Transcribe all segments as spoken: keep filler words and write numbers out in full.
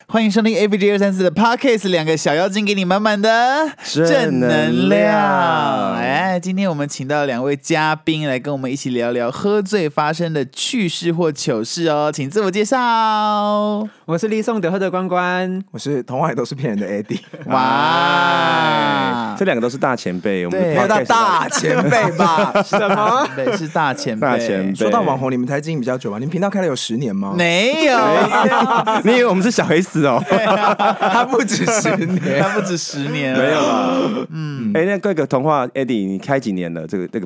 欢迎收听 A B G 二三四的 Podcast， 两个小妖精给你满满的正能量。哎，今天我们请到两位嘉宾来跟我们一起聊聊喝醉发生的趣事或糗事哦，请自我介绍。 我是立颂德喝的关关， 我是童话里都是骗人的 Eddie。 哇， 这两个都是大前辈，我们没有到大前辈吧？ 什么？是大前辈。 大前辈。 说到网红，你们才经营比较久吧？你们频道开了有十年吗？ 没有， 你以为我们是小 S 哦？ 他不止十年， 他不止十年， 没有啦。嗯，哎，那各个童话 Eddie， 你开几年了？这个这个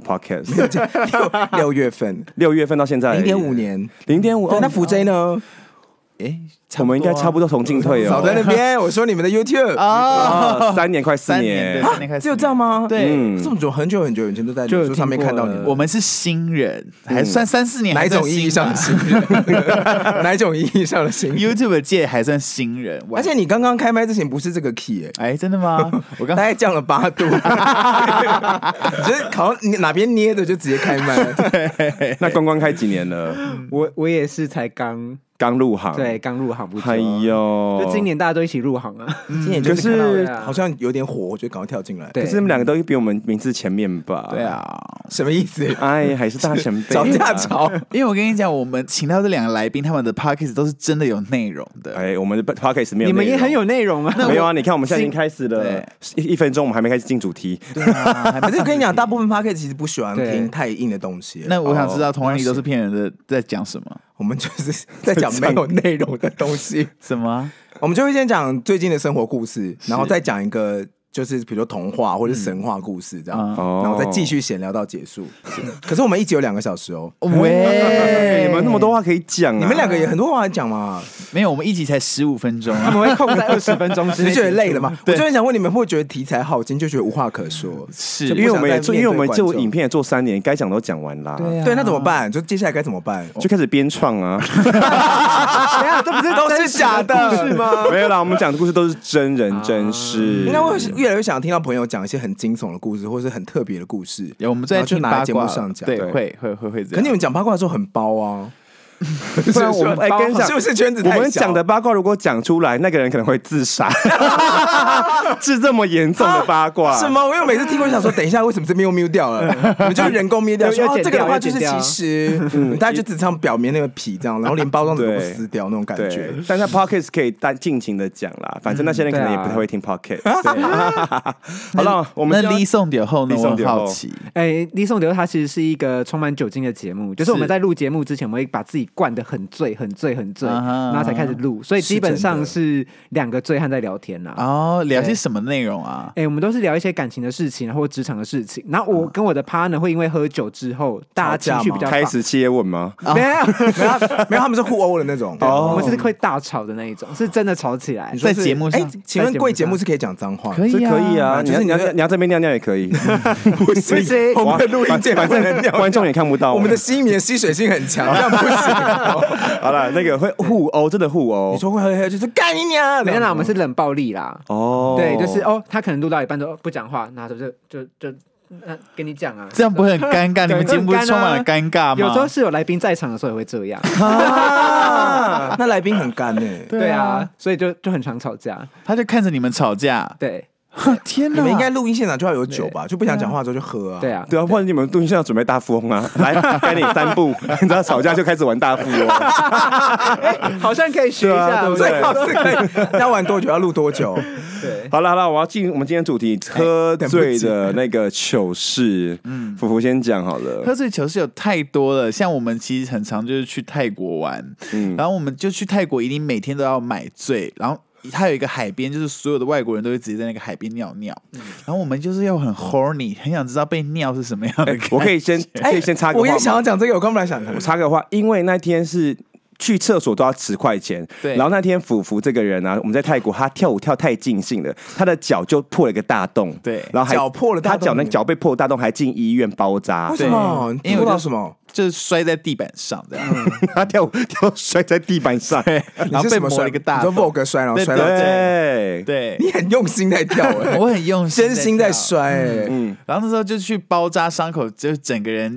podcast 六月份， 六月份到现在零点五年， 零点五。 那福 J 呢？ 哎， 我们应该差不多同进退哦。 少在那边，我说你们的 YouTube 啊，三年快四年， 年， 三年快只有这样吗？ 对， 这么久很久很久以前都在脸书上面看到你们。 我们是新人，还算三四年， 哪一种意义上的新人？哪一种意义上的新人 ？YouTube 界还算新人， 而且你刚刚开麦之前不是这个 key 哎，哎，真的吗？我刚大概降了八度，就是好像哪边捏的就直接开麦了。 对，那关关开几年了？ 我我也是才刚。 刚入行， 对，刚入行不久。 哎呦， 就今年大家都一起入行啊！ 今年就是好像有点火，我就赶快跳进来。 可是你们两个都比我们名字前面吧？ 对啊， 什么意思？ 哎，还是大前辈， 吵架吵。 因为我跟你讲，我们请到这两个来宾，他们的 podcast 都是真的有内容的。 哎，我们的 podcast 没有， 你们也很有内容啊。 没有啊？你看我们现在已经开始了一分钟，我们还没开始进主题。 对啊，可是我跟你讲，大部分 podcast 其实不喜欢听太硬的东西。 那我想知道，同样你都是骗人的，在讲什么？ 我们就是在讲没有内容的东西。 什么？ 我们就会先讲最近的生活故事，然后再讲一个就是比如说童话或者神话故事这样，嗯、然后再继续闲聊到结束。可是我们一集有两个小时哦。 喂， 你们那么多话可以讲啊！ 你们两个也很多话讲嘛？ 没有，我们一集才十五分钟、啊， 我们会控在二十分钟之内。 你觉得累了吗？我就很想问你们，会觉得题材耗尽，就觉得无话可说？ 是， 因为我们也做，因为我们做影片也做三年，该讲都讲完啦。 对啊， 对，那怎么办？就接下来该怎么办？ 就开始编创啊！ 等下，这不是都是假的是吗？ 没有啦，我们讲的故事都是真人真事。 应该会越来越想听到朋友讲一些很惊悚的故事，或是很特别的故事。 有，我们在就拿在节目上讲， 对，会会会会这样。 可你们讲八卦的时候很包啊。 不然我们哎，跟你讲， 是不是圈子太小？ 我们讲的八卦如果讲出来，那个人可能会自杀，是这么严重的八卦？ 什么？我有每次听过，想说，等一下，为什么这边又 mute 掉了？你们就人工 mute 掉，说哦，这个的话就是其实，大家就只唱表面那个皮这样，然后连包装纸都不撕掉那种感觉。 但是 podcast 可以单尽情的讲啦，反正那些人可能也不太会听 podcast。好了，我们那立颂点后呢？我很好奇。 哎，立颂点后它其实是一个充满酒精的节目，就是我们在录节目之前，我们会把自己灌得很醉、很醉、很醉，然后才开始录，所以基本上是两个醉汉在聊天啦。 哦，聊些什么内容啊？ 哎，我们都是聊一些感情的事情，或职场的事情。然后我跟我的 partner 会因为喝酒之后，大家情绪比较开始接吻吗？ 没有，没有，没有，他们是互殴的那种。 我们是会大吵的那一种，是真的吵起来。 在节目上， 哎，请问贵节目是可以讲脏话？ 可以， 可以啊。你要你要你要这边尿尿也可以， 不行，我们的录音键反正观众也看不到。 我们的吸棉吸水性很强，这样不行。 好了，那个会互殴，真的互殴。 你说会喝喝就是干你娘！ 没有啦，我们是冷暴力啦。 哦， 对，就是哦，他可能录到一半都不讲话，那就就就就那跟你讲啊， 这样不会很尴尬？你们节目不是充满了尴尬吗？ 有时候是有来宾在场的时候也会这样。 那来宾很干哎。 对啊，所以就就很常吵架。 他就看着你们吵架。 对。 天哪！ 你们应该录音现场就要有酒吧，就不想讲话的时候就喝啊。 对啊， 对啊，或者你们录音现场准备大富翁啊，来给你三步，你知道吵架就开始玩大富翁， 好像可以学一下，对不对？ 最好是可以。要玩多久？要录多久？ 对， 好了好了，我要进我们今天主题，喝醉的那个糗事。嗯，福福先讲好了。 喝醉糗事有太多了，像我们其实很常就是去泰国玩，嗯，然后我们就去泰国，一定每天都要买醉，然后。它有一个海边，就是所有的外国人都会直接在那个海边尿尿，嗯、然后我们就是要很 horny， 很想知道被尿是什么样的感觉。 我可以先可以先插个话吗？ 我也想要讲这个，我刚本来想我插个话，因为那天是。去厕所都要十块钱， 对。 然后那天福福这个人啊，我们在泰国，他跳舞跳太尽兴了，他的脚就破了一个大洞， 对。 然后还脚破了大洞， 他脚那脚被破大洞，还进医院包扎。 为什么？因为什么？ 就是摔在地板上的，嗯、 他跳舞跳摔在地板上， 然后被磨了一个大洞。 你说 Vogue 摔，然后摔到对对， 你很用心在跳哎、欸， 我很用心， 真心在摔哎、欸， 嗯。然后那时候就去包扎伤口，就整个人。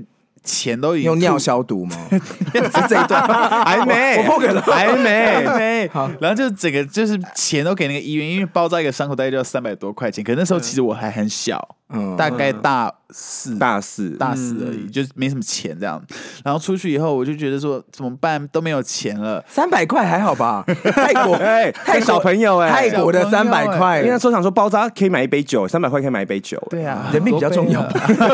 钱都已经用尿消毒吗？是这一段还没， 我破梗了， 还没， 还没。然后就整个就是钱都给那个医院，因为包扎一个伤口大概就要三百多块钱。可是那时候其实我还很小，嗯、大概大四、 大四、 大四而已，嗯、就没什么钱这样。然后出去以后，我就觉得说怎么办，都没有钱了。 三百块还好吧？泰国， 哎，泰小朋友哎、 欸，泰国的三百块， 因为说想说包扎可以买一杯酒，三百块可以买一杯酒。 对啊， 人命比较重要。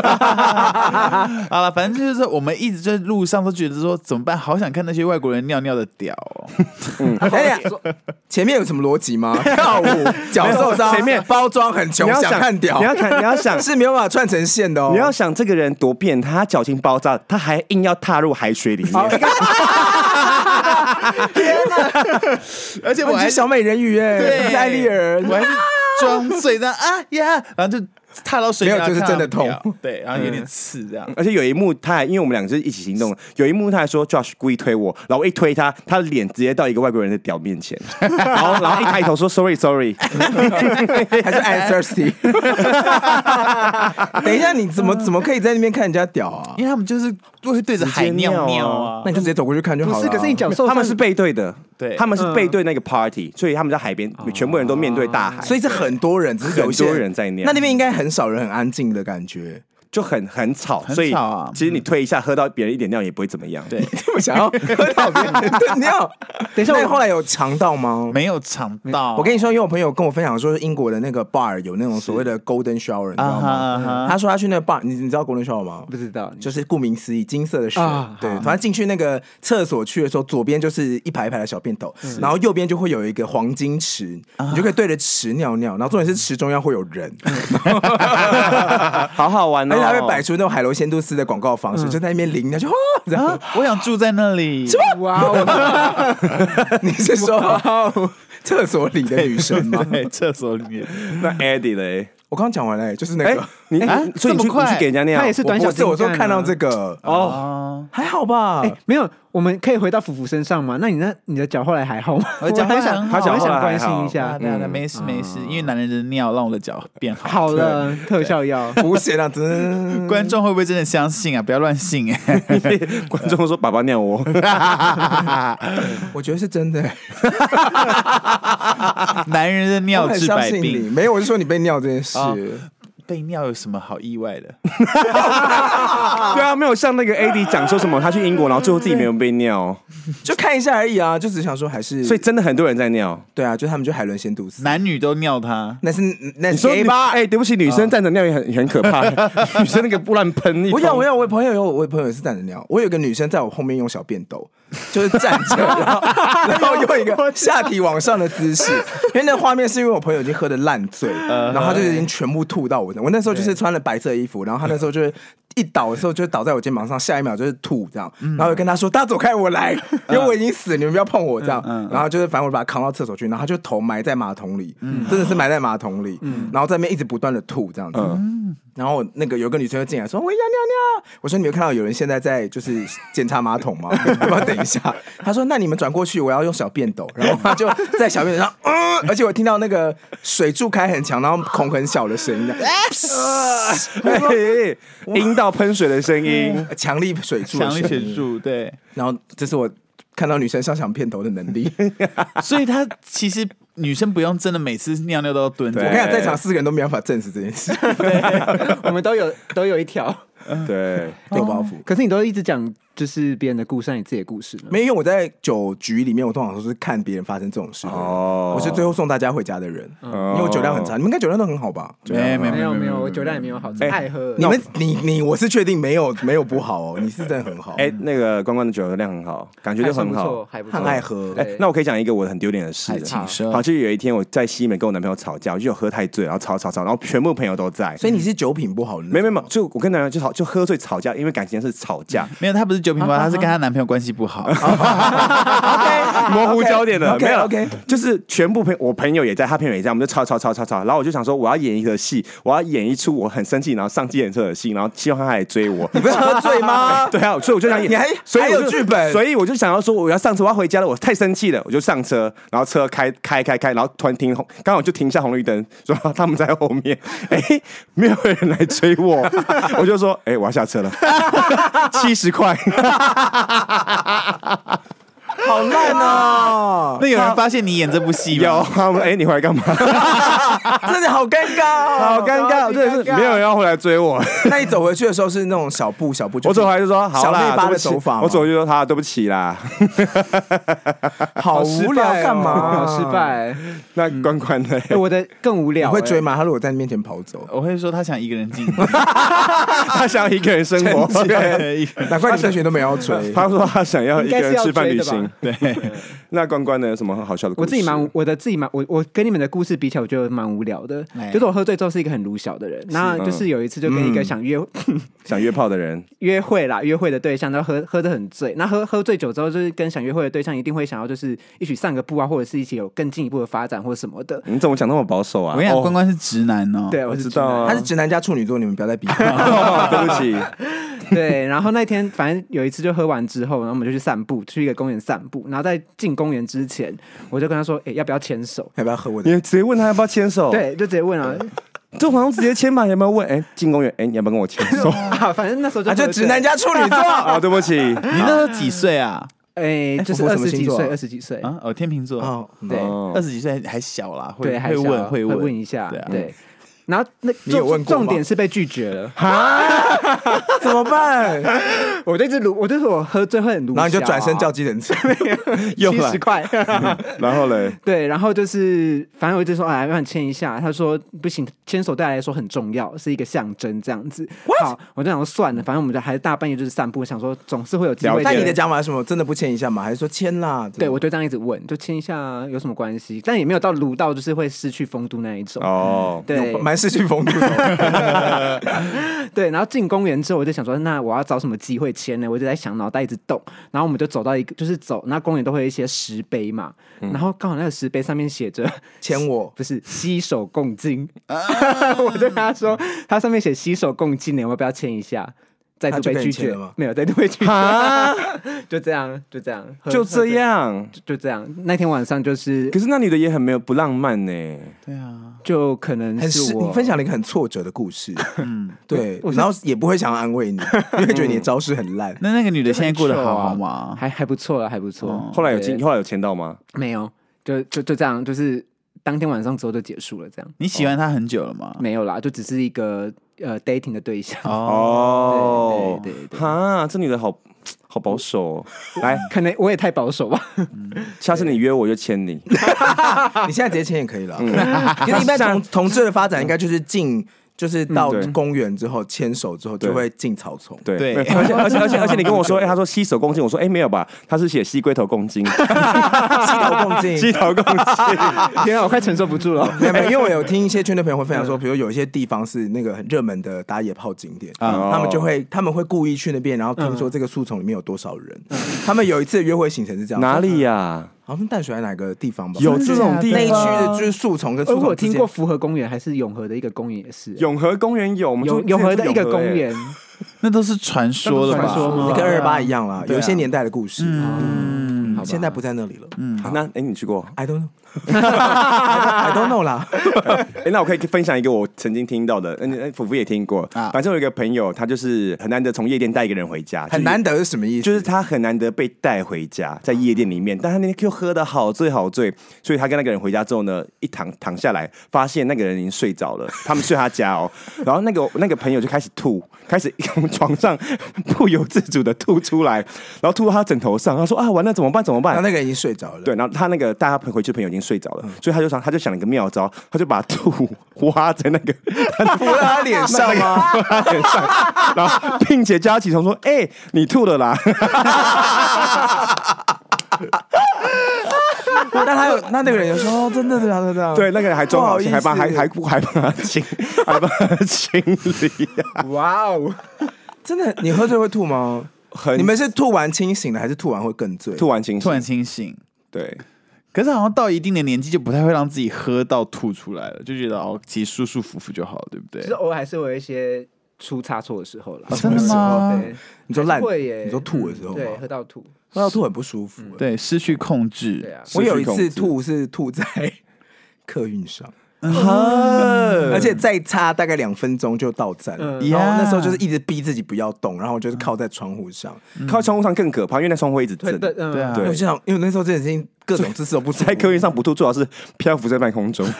好了，反正就是说，我们一直在路上都觉得说怎么办，好想看那些外国人尿尿的屌、哦。 嗯，哎呀，前面有什么逻辑吗？跳舞、脚受伤，前面包装很穷，想看屌， 你要看，你要想是没有办法串成线的哦。 你要想这个人多变态，他脚筋包扎，他还硬要踏入海水里面。 天哪！ 而且我还是小美人鱼哎， 对， 艾丽儿， 我还是装醉这样啊呀，然后就踏到水里， 没有，就是真的痛， 对，然后有点刺这样。 而且有一幕，他还因为我们两个就是一起行动，有一幕他还说 Josh 故意推我，然后我一推他，他的脸直接到一个外国人的屌面前，然后然后一抬头说 Sorry Sorry， 还是 I'm thirsty。等一下，你怎么怎么可以在那边看人家屌啊？ 因为他们就是会对着海尿尿啊， 那你就直接走过去看就好了。 不是，可是你脚受伤， 他们是背对的。 对， 他们是背对那个 party，、嗯、所以他们在海边，全部人都面对大海， 所以是很多人，只是有些很多人在尿。 那那边应该很少人，很安静的感觉， 就很很吵， 很所以吵啊。 其实你推一下，喝到别人一点尿也不会怎么样。 对， 这么想要喝到别人的尿。等一下，那后来有尝到吗？ 没有尝到。 我跟你说，因为我朋友跟我分享说，英国的那个 bar 有那种所谓的 golden shower， 你知道吗？ Uh-huh, uh-huh. 他说他去那个 bar， 你你知道 golden shower 吗？ 不知道， 就是顾名思义，金色的水。 啊、 对，反正进去那个厕所去的时候，左边就是一排一排的小便斗，然后右边就会有一个黄金池，你就可以对着池尿尿。然后重点是池中央会有人， 好好玩哦！ 而且他会摆出那种海螺仙度丝的广告方式，嗯、就在那边淋，就哦、 啊，我想住在那里。 哇哦！你是说厕所里的女生吗？ 对，厕所里面。 那 Eddie 嘞？ 我刚讲完了、欸，就是那个、欸、 你啊，所以你去你去给人家尿， 他也是短小精干、啊。 我说看到这个哦，还好吧？ 哎、欸，没有，我们可以回到福福身上吗？那你那你的脚后来还好吗？ 我脚很想， 他脚想关心一下。 对对，没事没事，因为男人的尿让我的脚变好。 好了，特效药不行了，真观众会不会真的相信啊？不要乱信哎、 欸！观众说爸爸尿我， 我觉得是真的、欸。 男人的尿治百病， 没有，我是说你被尿这件事。哦， 被尿有什么好意外的？ 对啊，没有像那个 A D 讲说什么他去英国，然后最后自己没有被尿， 就看一下而已啊，就只想说还是， 所以真的很多人在尿。 对啊，就他们就海伦仙度丝， 男女都尿他， 那是那是 gay 吧？哎、欸，对不起，女生站着尿也很很可怕，女生那个不乱喷。 我有我有，我朋友有，我朋友也是站着尿。我有个女生在我后面用小便斗，就是站着，然后然后用一个下体往上的姿势，因为那画面是因为我朋友已经喝得烂醉，然后他就已经全部吐到我。我那时候就是穿了白色衣服，然后他那时候就是一倒的时候就倒在我肩膀上，下一秒就是吐这样，然后我跟他说：“大家走开，我来，因为我已经死了，你们不要碰我。”这样，然后就是反正我把他扛到厕所去，然后他就头埋在马桶里，真的是埋在马桶里，然后在那边一直不断的吐这样子。然后那个有个女生就进来说：“我要尿尿。”我说：“你们看到有人现在在就是检查马桶吗？要不要等一下？”他说：“那你们转过去，我要用小便斗。”然后他就在小便斗上，嗯，而且我听到那个水柱开很强，然后孔很小的声音， 阴道喷水的声音， 强力水柱， 强力水柱，对。 然后这是我看到女生上想片头的能力， 所以他其实女生不用真的每次尿尿都要蹲着。 我跟你讲，在场四个人都没办法证实这件事， 我们都有都有一条， 对， 有包袱。 可是你都一直讲就是别人的故事，你自己的故事呢？ 没有，因为我在酒局里面，我通常都是看别人发生这种事的人，哦，我是最后送大家回家的人，哦，因为我酒量很差。你们应该酒量都很好吧？ 没没有没有，我酒量也没有好，爱喝。 你们你你我是确定没有没有不好哦，你是真的很好。 哎，那个关关的酒量很好，感觉就很好， 很爱喝。 哎，那我可以讲一个我很丢脸的事， 请说。 好，就有一天我在西门跟我男朋友吵架，我就有喝太醉，然后吵吵吵，然后全部朋友都在。 所以你是酒品不好的？ 没没没，就我跟男朋友就吵，就喝醉吵架，因为感情是吵架。 没有，他不是酒品不好，她是跟她男朋友关系不好。 OK， 模糊焦点了， okay, 没有 OK， 就是全部朋我朋友也在，他朋友也在，我们就吵吵吵吵吵，然后我就想说我要演一个戏，我要演一出我很生气，然后上计程车的戏，然后希望他来追我。 你不是喝醉吗？ 对啊，所以我就想演， 你还所以还有剧本， 所以我就想要说我要上车，我要回家了，我太生气了，我就上车，然后车开开开开，然后突然停红，刚好就停下红绿灯，说他们在后面，哎、欸，没有人来追我，我就说，哎、欸，我要下车了，七十块。 好烂哦！ 那有人发现你演这部戏吗？ 有，他们哎，你回来干嘛？ 真的好尴尬哦， 好尴尬，真的是没有人要回来追我。 那你走回去的时候是那种小步小步， 我走回来就说好啦， 小内八的手法。 我走回去就说好，对不起啦。 好无聊，干嘛？ 好失败。 那关关呢？ 我的更无聊。 你会追吗？他如果在你面前跑走， 我会说他想一个人进， 他想要一个人生活。 难怪你同学都没有追。 他说他想要一个人吃饭旅行。 对， 那关关呢？有什么好笑的故事？ 我自己蛮我的自己蛮我我跟你们的故事比起来，我觉得蛮无聊的。就是我喝醉之后是一个很鲁小的人，那就是有一次就跟一个想约想约炮的人约会啦，约会的对象，然后喝喝得很醉，那喝喝醉酒之后，就是跟想约会的对象一定会想要就是一起散个步啊，或者是一起有更进一步的发展或什么的。 你怎么讲那么保守啊？ 我跟你讲，关关是直男哦。 对， 我知道啊， 他是直男加处女座，你们不要再比。 对不起。 对，然后那天反正有一次就喝完之后，然后我们就去散步，去一个公园散步。然后在进公园之前，我就跟他说：“哎、欸，要不要牵手？ 要不要喝我的？” 你直接问他要不要牵手？ 对，就直接问啊。 这好像直接牵吧？有没有问？哎、欸，进公园，哎、欸，你要不要跟我牵手？ 啊，反正那时候就、 啊、就直男加处女座啊，对不起， 你那时候几岁啊？ 哎、欸，就是二十几岁，二十几岁啊，哦，天秤座， 哦，对， 二十几岁还小啦，会对， 会问会问问问一下， 对啊， 对。然后那你有问过吗？ 重点是被拒绝了， 怎么办？ 我就一直撸，我就是我喝醉会很撸、啊， 然后你就转身叫计程车， 七十块。 然后嘞， 对，然后就是反正我就说，哎，让你牵一下。他说不行，牵手对他来说很重要，是一个象征，这样子。好，我就想说算了，反正我们就还是大半夜就是散步，想说总是会有机会。 但你的讲法是什么？真的不牵一下吗？还是说牵啦？ 对，我就这样一直问，就牵一下有什么关系？但也没有到撸到就是会失去风度那一种。 哦， 对， 蛮失去风度的。 对，然后进公园之后，我就想说，那我要找什么机会牵呢？我就在想，脑袋一直动。然后我们就走到一个，就是走，那公园都会有一些石碑嘛，嗯、然后刚好那个石碑上面写着 “牵我”， 不是携手共进。啊、我就跟他说，他上面写携手共进呢，我要不要牵一下？再度被拒绝了，没有再度被拒绝，就这样，就这样， 就这样， 就, 就这样。那天晚上就是， 可是那女的也很没有不浪漫呢。 对啊， 就可能是我你分享了一个很挫折的故事，嗯，对，然后也不会想要安慰你，因为觉得你的招式很烂。 那那个女的现在过得好好吗？ 还还不错啊，还不错。 哦、后来有签，后来有签到吗？ 没有，就就就这样，就是当天晚上之后就结束了。这样， 你喜欢她很久了吗？ 没有啦，就只是一个。呃 ，dating 的对象哦， 对对对对， 哈，这女的好好保守、哦，来， 可能我也太保守吧。 下次你约我就牵你， 你现在直接牵也可以了。嗯、可是一般同同志的发展应该就是进。就是到公园之后牵手之后就会进草丛， 对，对而且而且而且而且你跟我说，哎、欸，他说携手共进，我说哎、欸、没有吧，他是写西龟头共进， 西头共进， 西头共进， 天啊，我快承受不住了。 没有没有，因为我有听一些圈内朋友会分享说，比如有一些地方是那个很热门的打野炮景点，嗯、他们就会他们会故意去那边，然后听说这个树丛里面有多少人。嗯、他们有一次的约会行程是这样， 哪里呀、啊？ 好像淡水还是哪个地方吧？ 有这种地方， 那一区的就是树丛跟树丛。 我听过福和公园，还是永和的一个公园也是。 永和公园有， 永永和的一个公园， 那都是传说的吧？ 传说吗？ 跟二二八一样啦，有一些年代的故事。 嗯， 现在不在那里了。 嗯，那哎，你去过 ？I don't know，I don't know 啦。 哎，那我可以分享一个我曾经听到的，嗯，福福也听过。反正有一个朋友，他就是很难得从夜店带一个人回家。 很难得是什么意思？ 就是他很难得被带回家，在夜店里面，但他那天又喝得好醉好醉，所以他跟那个人回家之后呢，一躺躺下来，发现那个人已经睡着了，他们睡他家哦。然后那个那个朋友就开始吐，开始从床上不由自主的吐出来，然后吐到他枕头上。他说啊，完了怎么办？怎么办？ 然后那个人已经睡着了。 对，然后他那个带他回去的朋友已经睡着了，嗯、所以他就想，他就想了一个妙招，他就把吐挖在那个敷在他脸上吗？ 敷在他脸上，然后并且叫他起床说：“哎、欸，你吐了啦。” 那他有，那那个人有说，哦，真的假的？这样， 对，那个人还装好心，还帮还还还帮他清，还帮他清理、啊。 哇哦， 真的，你喝醉会吐吗？ 你们是吐完清醒了，还是吐完会更醉？ 吐完清醒， 突然清醒。 对。 可是好像到一定的年纪就不太会让自己喝到吐出来了，就觉得哦，其实舒舒服服就好了，对不对？ 就是偶尔还是会有一些出差错的时候啦。 哦、真的吗？ 你说烂会耶？ 你说吐的时候吗？ 对，喝到吐， 喝到吐很不舒服、嗯。 对，失去控制。 对啊， 我有一次吐是吐在客运上。 嗯、 而且再差大概两分钟就到站了、嗯，然后那时候就是一直逼自己不要动，然后我就是靠在窗户上、 嗯，靠在窗户上更可怕，因为那窗户会一直震。 对对啊， 对，我就想，因为那时候真的已经各种姿势都不在客运上不吐，最好是漂浮在半空中。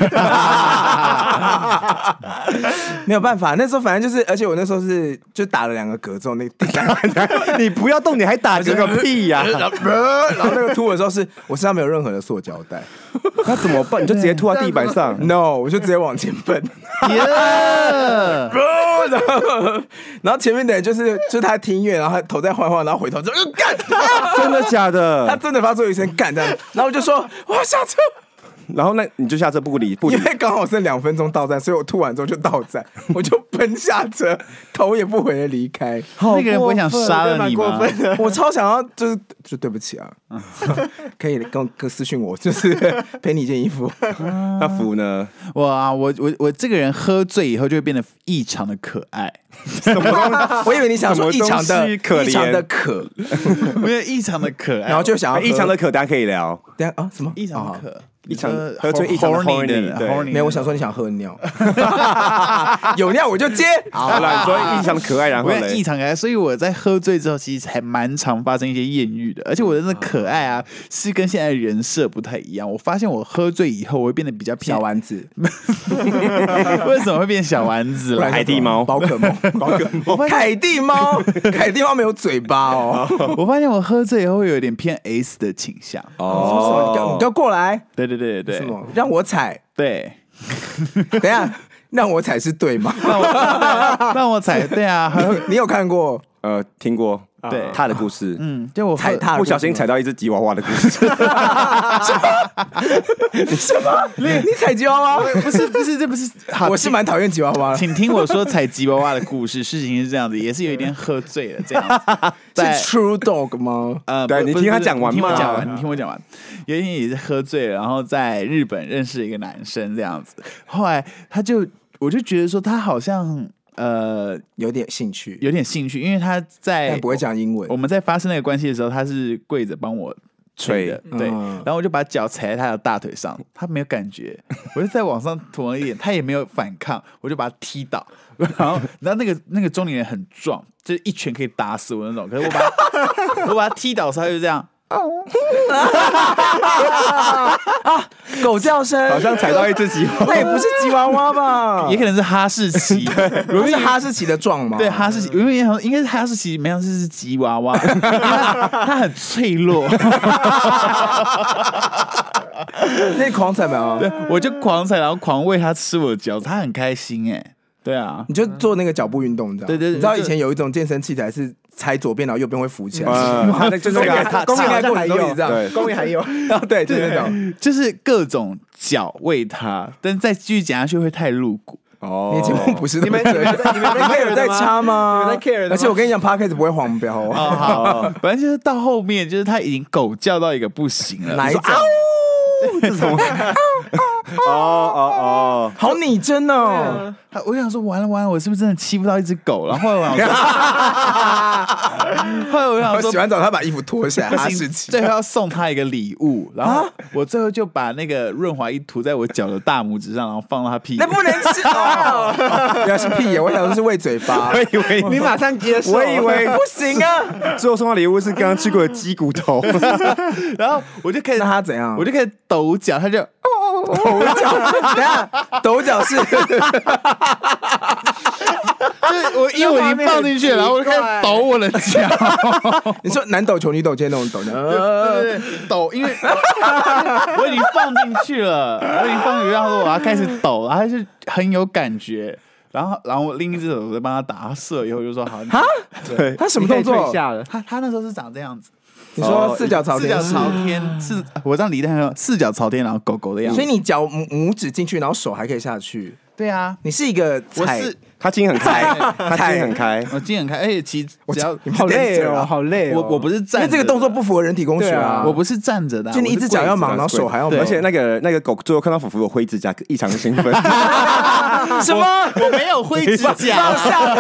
没有办法，那时候反正就是，而且我那时候是就打了两个嗝之后，那第三个你不要动，你还打嗝个屁呀、啊！ 然后那个吐的时候是我身上没有任何的塑胶袋， 那怎么办？你就直接吐在地板上 ？No， 我就直接往前奔。 Yeah! 然后，然后前面的人就是就是他听音乐，然后他头在晃晃，然后回头就干， 真的假的？ 他真的发出一声干这样，然后我就说我要下车。 然后那你就下车不理不理， 因为刚好剩两分钟到站，所以我吐完之后就到站，我就奔下车，头也不回的离开。 那个人不会想杀了你吗？ 我超想要，就是就对不起啊，可以跟跟私讯我，就是赔你一件衣服。 那服呢？ 哇，我我我这个人喝醉以后就会变得异常的可爱。 什么？我以为你想说异常的可异常的可， 没有异常的可爱， 然后就想要异常的可，大家可以聊。 等下啊，什么异常的可？ 异常喝醉异常的 horny， 对，没有，我想说你想喝尿，有尿我就接。 好了，你说异常可爱，然后呢？ 异常可爱，所以我在喝醉之后，其实还蛮常发生一些艳遇的。而且我的那可爱啊，是跟现在的人设不太一样。我发现我喝醉以后，我会变得比较偏小丸子。 为什么会变小丸子了？ 凯蒂猫、 宝可梦、宝可梦、凯蒂猫、凯蒂猫没有嘴巴哦。 我发现我喝醉以后会有点偏 S 的倾向。 哦，你给我过来。 对对对对对， 什么？让我踩？ 对， 等一下，让我踩是对吗？ 让我让我踩，对啊， 你有看过？ 呃，听过。 对他的故事， 嗯，就我踩踏不小心踩到一只吉娃娃的故事。什么？你你踩吉娃娃？ 不是不是，这不是。 我是蛮讨厌吉娃娃的。 请听我说踩吉娃娃的故事。事情是这样子，也是有一点喝醉了这样子。 是 True Dog 吗？ 呃， 对，你听他讲完嘛， 听我讲完，你听我讲完。有一天也是喝醉了，然后在日本认识一个男生这样子。后来他就，我就觉得说他好像。呃， 有点兴趣， 有点兴趣，因为他在但不会讲英文。 我们在发生那个关系的时候，他是跪着帮我吹的，对。嗯、然后我就把脚踩在他的大腿上，他没有感觉，我就在往上涂了一点，他也没有反抗，我就把他踢倒。然后，然后那个那个中年人很壮，就是一拳可以打死我那种。可是我把他我把他踢倒的时候，他就这样。 啊！狗叫声， 好像踩到一只吉娃娃。 那也不是吉娃娃吧？ 也可能是哈士奇。 不是哈士奇的壮吗？ 对，哈士奇，因为应该是哈士奇，没想到是吉娃娃，它很脆弱。 那狂踩没有？ 对，我就狂踩，然后狂喂它吃我的脚，它很开心哎。对啊， 你就做那个脚步运动，你知道？ 对对， 你知道以前有一种健身器材是踩左边，然后右边会浮起来。 他那就是他公园过还有这样， 公园还有， 对，就是那种， 就是各种脚喂它，但再继续讲下去会太露骨。 哦，你节目不是你们你们你们有在插吗？ 你们在 care 而且我跟你讲 ，Podcast 不会黄标哦。 好，反正就是到后面，就是他已经狗叫到一个不行了。 哪一种？ 这种。哦哦哦， 好拟真哦！ 我想说，完了完了，我是不是真的欺负到一只狗？然后后来我想说，后来我想说， 洗完澡他把衣服脱下来，哈士奇， 最后要送他一个礼物，然后我最后就把那个润滑液涂在我脚的大拇指上，然后放到他屁股。 那不能吃哦，原来是屁眼，我想说是喂嘴巴。 我以为你马上接受， 我以为不行啊。 最后送他礼物是刚刚吃过的鸡骨头， 然后我就开始， 那他怎样？ 我就开始抖脚，他就。 抖脚，等下抖脚是，就是我衣服已经放进去了，然后我就开始抖我的脚。 你说男抖球女抖肩那种抖的， 对对对，抖，因为我已经放进去了，我已经放进去，然后我要开始抖，然后他就很有感觉。然后，然后我另一只手我在帮他打，他射了以后就说好。 哈，对，他什么动作？ 他他那时候是长这样子。 你说四脚朝天， 四脚朝天，四我这样离的四脚朝天，然后狗狗的样子。 所以你脚拇拇指进去，然后手还可以下去。 对啊， 你是一个踩他筋很开，他筋很开， 我筋很开，而且其实只要好累哦，好累哦。 我我不是站着的， 因为这个动作不符合人体工学啊。 我不是站着的、啊， 就你一只脚要忙，然后手还要忙。 而且那个那个狗最后看到福福有灰指甲，异常兴奋。 什么？ 我没有灰指甲，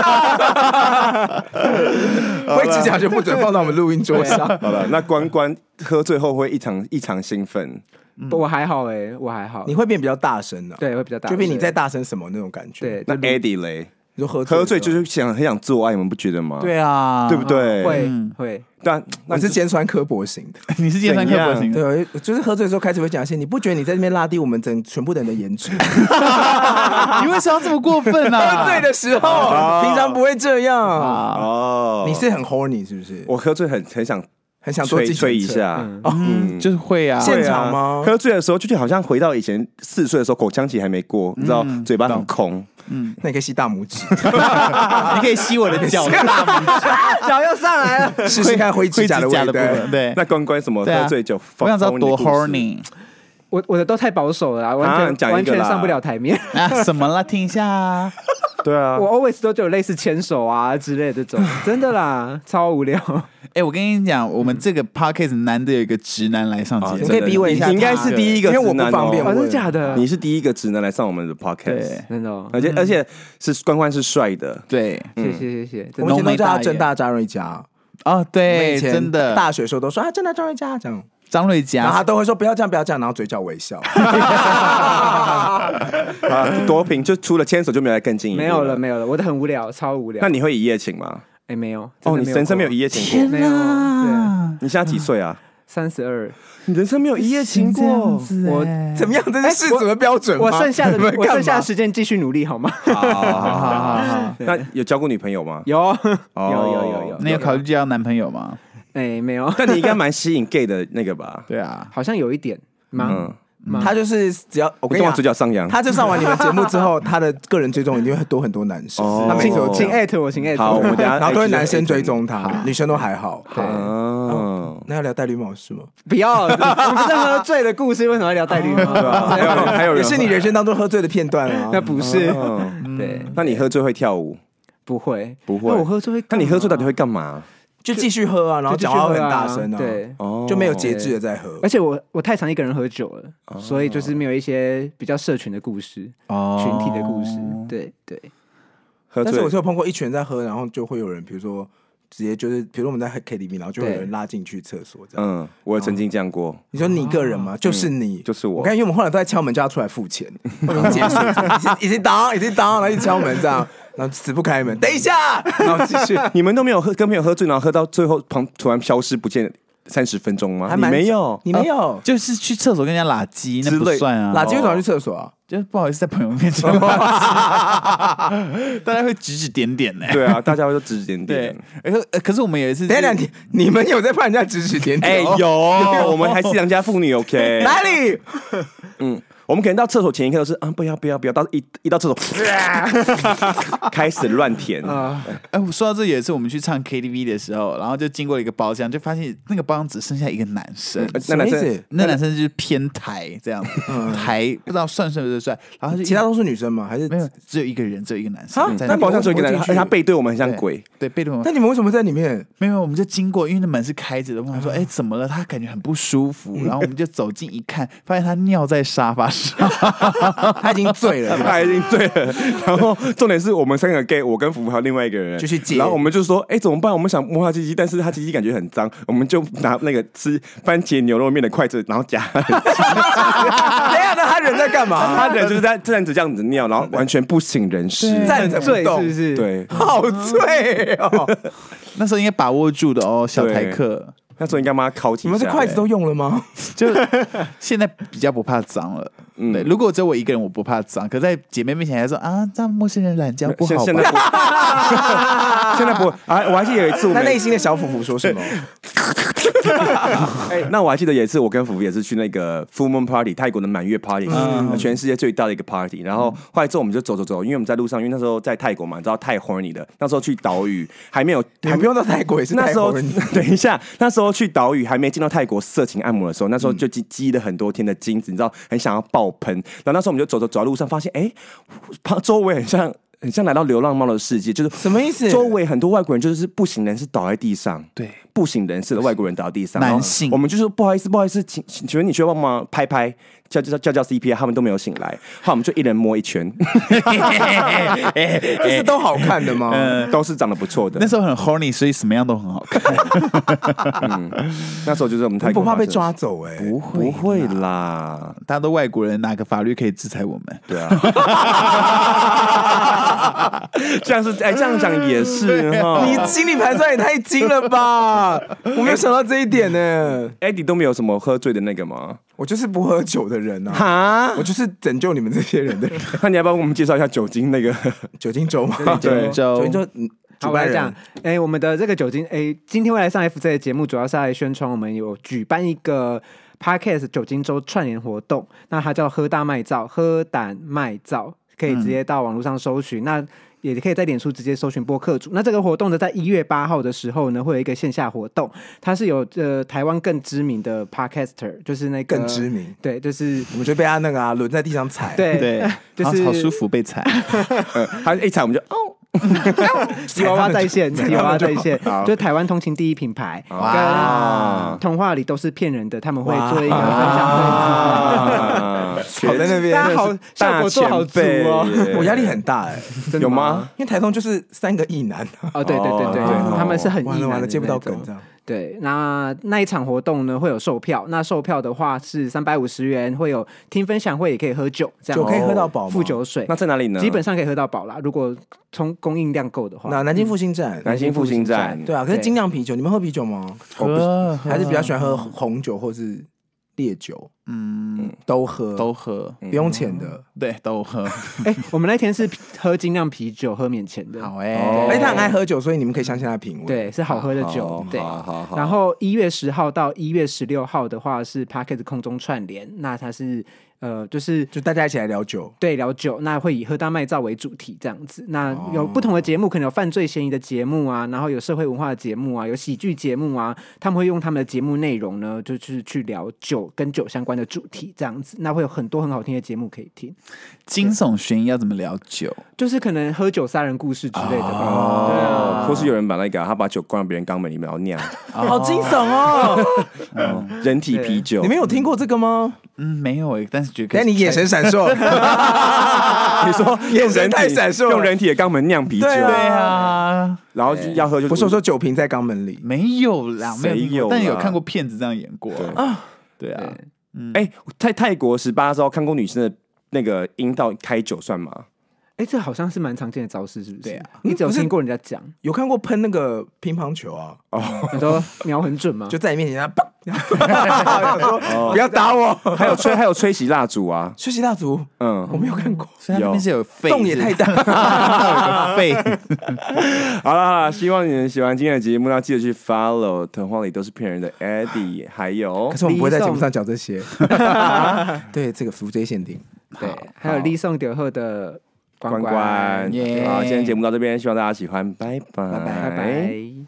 灰指甲就不准放到我们录音桌上。 好了，那关关喝醉后会异常异常兴奋。 嗯、我还好哎、欸，我还好。 你会变比较大声啊？ 对，会比较大声， 就变你在大声什么那种感觉。 对， 那 Eddie 嘞， 你说喝醉喝醉就是想很想做爱，你们不觉得吗？ 对啊， 对不对？ 会、嗯、会。 但我是尖酸刻薄型的， 你是尖酸刻薄型的。 对，就是喝醉的时候开始会讲一些，你不觉得你在那边拉低我们整全部的人的颜值？ 你为什么要这么过分啊？ 喝醉的时候，哦、平常不会这样。 哦， 你是很 horny 是不是？ 我喝醉很很想。 很想吹吹一下， 嗯，嗯就是会啊， 现场吗？ 喝醉的时候，就好像回到以前四岁的时候，口腔期还没过，你知道，嘴巴很空。 嗯，那你可以吸大拇指， 你可以吸我的脚，大拇指， 脚又上来了， 试试看灰指甲的味道。 对， 那关关什么喝醉酒？ 我想知道多 horny。 我我的都太保守了，完全完全上不了台面啊！什么啦？听一下啊。 对啊， 我 always 都有类似牵手啊之类的这种，真的啦，超无聊。 哎、欸，我跟你讲，我们这个 podcast 难得有一个直男来上节目， 你可以逼问一下， 你应该是第一个直男、哦， 因为我不方便问， 真的假的？ 你是第一个直男来上我们的 podcast， 真的、哦， 而且、嗯、而且是关关是帅的， 对， 嗯、谢谢谢谢。 我们以前都叫他正大张瑞佳， 哦，对，真的， 大学时候都说啊正大张瑞佳这样。 张瑞佳， 然后他都会说不要这样，不要这样，然后嘴角微笑。 啊，多平就除了牵手就没有再更近一步， 没有了，没有了，我的很无聊，超无聊。 那你会一夜情吗？ 哎，没有。 哦，你人生没有一夜情过？ 没有。对， 你现在几岁啊？ 三十二。 你人生没有一夜情过？ 我怎么样？这是世俗的标准吗？ 我剩下的我剩下的时间继续努力好吗？ 好好好好。 那有交过女朋友吗？ 有，有有有有。 你有考虑交男朋友吗？ 哎，没有。 但你应该蛮吸引 gay 的那个吧？ 对啊， 好像有一点。嗯， 他就是只要我跟你讲， 嘴角上扬， 他就上完你们节目之后，他的个人追踪一定会多很多男生。他每次都请艾特我，请艾特我。好，我们等下， 然后都是男生追踪他，女生都还好。 对， 那要聊戴绿帽是吗？ 不要，我们不是喝醉的故事，为什么要聊戴绿帽？ 还有还有， 也是你人生当中喝醉的片段啊。 那不是，对， 那你喝醉会跳舞？ 不会， 不会。 我喝醉会， 那你喝醉到底会干嘛？ 就继续喝啊，然后讲话很大声啊， 对， 就没有节制的在喝。 而且我我太常一个人喝酒了，所以就是没有一些比较社群的故事，群体的故事，对对。 但是我是有碰过一群人在喝，然后就会有人，比如说直接就是，比如说我们在 K T V， 然后就会有人拉进去厕所这样。 嗯，我曾经这样过。 你说你个人吗？就是你， 就是我。 我看因为我们后来都在敲门叫他出来付钱，我们结束，已经当已经当，然后一直敲门这样。然后死不开门，等一下，然后继续。 你们都没有喝，跟朋友喝醉，然后喝到最后旁突然消失不见三十分钟吗？你没有， 你没有， 就是去厕所跟人家拉鸡，那不算啊。 拉鸡为什么要去厕所啊？ 就是不好意思在朋友面前拉鸡，大家会指指点点呢。 对啊，大家会说指指点点。 对，可可是我们有一次， 等一下你你们有在帮人家指指点点？ 哎，有，我们还是良家妇女 ，OK？ 哪里？ 嗯。我们可能到厕所前一刻都是啊，不要不要不要，到一一到厕所开始乱填啊！ 哎，我说到这也是我们去唱 K T V 的时候，然后就经过了一个包厢，就发现那个包厢只剩下一个男生， 那男生那男生就是偏台这样，台不知道帅帅不帅，然后其他都是女生吗？还是没有？只有一个人，只有一个男生。 那包厢只有一个男生，而且他背对我们很像鬼， 对，背对我们。 那你们为什么在里面？ 没有，我们就经过，因为那门是开着的。问他说：“哎，怎么了？”他感觉很不舒服，然后我们就走近一看，发现他尿在沙发上。 他已经醉了， 他已经醉了。然后重点是我们三个 gay， 我跟福福还有另外一个人就去接， 然后我们就说：“哎，怎么办？我们想摸他鸡鸡，但是他鸡鸡感觉很脏，我们就拿那个吃番茄牛肉面的筷子，然后夹。”等一下，那他人在干嘛？ 他人就是在站着这样子尿，然后完全不省人事， 站着不动， 是不是？ 对， 好醉哦。 那时候应该把握住的哦，小台客。 那时候应该帮他敲几下。 你们是筷子都用了吗？ 就现在比较不怕脏了。嗯，对，如果只有我一个人，我不怕脏。可在姐妹面前还说啊，这样陌生人懒觉不好吧？ 现在不，现在不啊！我还记得有一次，我他内心的小福福说什么？ 哎，那我还记得有一次，我跟福福也是去那个 Full Moon Party， 泰国的满月 Party，嗯，全世界最大的一个 Party。然后后来之后我们就走走走，因为我们在路上，因为那时候在泰国嘛，你知道太 horny 的。那时候去岛屿还没有， 还不用到泰国也是那时候。等一下，那时候去岛屿还没进到泰国色情按摩的时候，那时候就积积了很多天的精子，你知道，很想要爆喷。然后那时候我们就走走走到路上，发现哎，旁周围很像。 很像来到流浪猫的世界，就是什么意思？ 周围很多外国人就是不省人事倒在地上， 对， 不省人事的外国人倒在地上， 男性， 我们就说不好意思，不好意思，请请问你需要帮忙拍拍叫叫叫叫 C P R， 他们都没有醒来，后来我们就一人摸一圈， 这是都好看的吗？ 嗯、都是长得不错的。 那时候很 horny，所以什么样都很好看。 嗯，那时候就是我们泰国不怕被抓走哎、欸， 不会不会啦， 大家都外国人，哪个法律可以制裁我们？ 对啊，这样是哎、欸，这样讲也是哈。 你心理盘算也太精了吧！我没有想到这一点呢。 Eddie 都没有什么喝醉的那个吗？ 我就是不喝酒的人啊！ 哈， 我就是拯救你们这些人的人。 那你要不要给我们介绍一下酒精那个酒精周吗？ 对， 酒精周。嗯好，我来讲，哎，我们的这个酒精，哎，今天会来上 F J 的节目，主要是来宣传我们有举办一个 Podcast 酒精周串联活动，那它叫喝大麦造，喝胆麦造，可以直接到网络上搜寻，嗯、那也可以在脸书直接搜寻播客组。那这个活动呢，在一月八号的时候呢，会有一个线下活动，它是有呃台湾更知名的 Podcaster， 就是那个更知名， 对，就是我们就被他那个啊轮在地上踩， 对对， 就是好舒服被踩， 呃，他一踩我们就哦。 吉娃娃在线，吉娃娃在线，就是台湾通勤第一品牌，跟童话里都是骗人的，他们会做一个分享会， 跑在那边， 大家好，效果做好足哦， 我压力很大哎， 有吗？ 因为台通就是三个异男， 哦，对对对对，他们是很异男， 接不到梗这样。 对，那那一场活动呢会有售票，那售票的话是三百五十元，会有听分享会，也可以喝酒，这样酒可以喝到饱吗？ 附酒水， 那在哪里呢？ 基本上可以喝到饱啦，如果从供应量够的话。 那南京复兴站， 南京复兴站， 对啊。可是精酿啤酒，你们喝啤酒吗？ 喝， 还是比较喜欢喝红酒或是烈酒？嗯，都喝， 都喝， 不用钱的， 对，都喝。 哎，我们那天是喝精酿啤酒，喝免钱的。 好哎， 哎，他很爱喝酒，所以你们可以相信他的品味。 对，是好喝的酒。对， 好好好。 然后一月十号到一月十六号的话是 Podcast 空中串联，那它是呃，就是就大家一起来聊酒， 对，聊酒，那会以喝大麦造为主题这样子。那有不同的节目，可能有犯罪嫌疑的节目啊，然后有社会文化的节目啊，有喜剧节目啊，他们会用他们的节目内容呢，就是去聊酒跟酒相关的主题这样子。那会有很多很好听的节目可以听。 惊悚悬疑要怎么聊酒？ 就是可能喝酒杀人故事之类的吧。 哦， 对啊， 或是有人把那个他把酒灌到别人肛门里面然后酿， 好惊悚哦！ 人体啤酒， 你们有听过这个吗？ 嗯，没有诶，但是觉得， 但你眼神闪烁， 你说眼神太闪烁， 用人体的肛门酿啤酒， 对啊， 然后要喝就不是说酒瓶在肛门里， 没有啦，没有， 但有看过骗子这样演过啊，对啊， 哎，在泰国十八的时候看过女生的那个阴道开酒算吗？ 哎，这好像是蛮常见的招式，是不是？ 对啊， 你只有听过人家讲， 有看过喷那个乒乓球啊？ 哦，你说瞄很准吗？ 就在你面前，他说不要打我。 还有吹，还有吹熄蜡烛啊， 吹熄蜡烛，嗯，我没有看过， 所以它那边是有肺， 洞也太大， 有肺。 好了好了，希望你们喜欢今天的节目，要记得去 follow 童话里都是骗人的 Eddie， 还有， 可是我们不会在节目上讲这些，对这个福 J 限定， 对，还有立颂丢后的。 关关，好，今天节目到这边，希望大家喜欢，拜拜， 拜拜。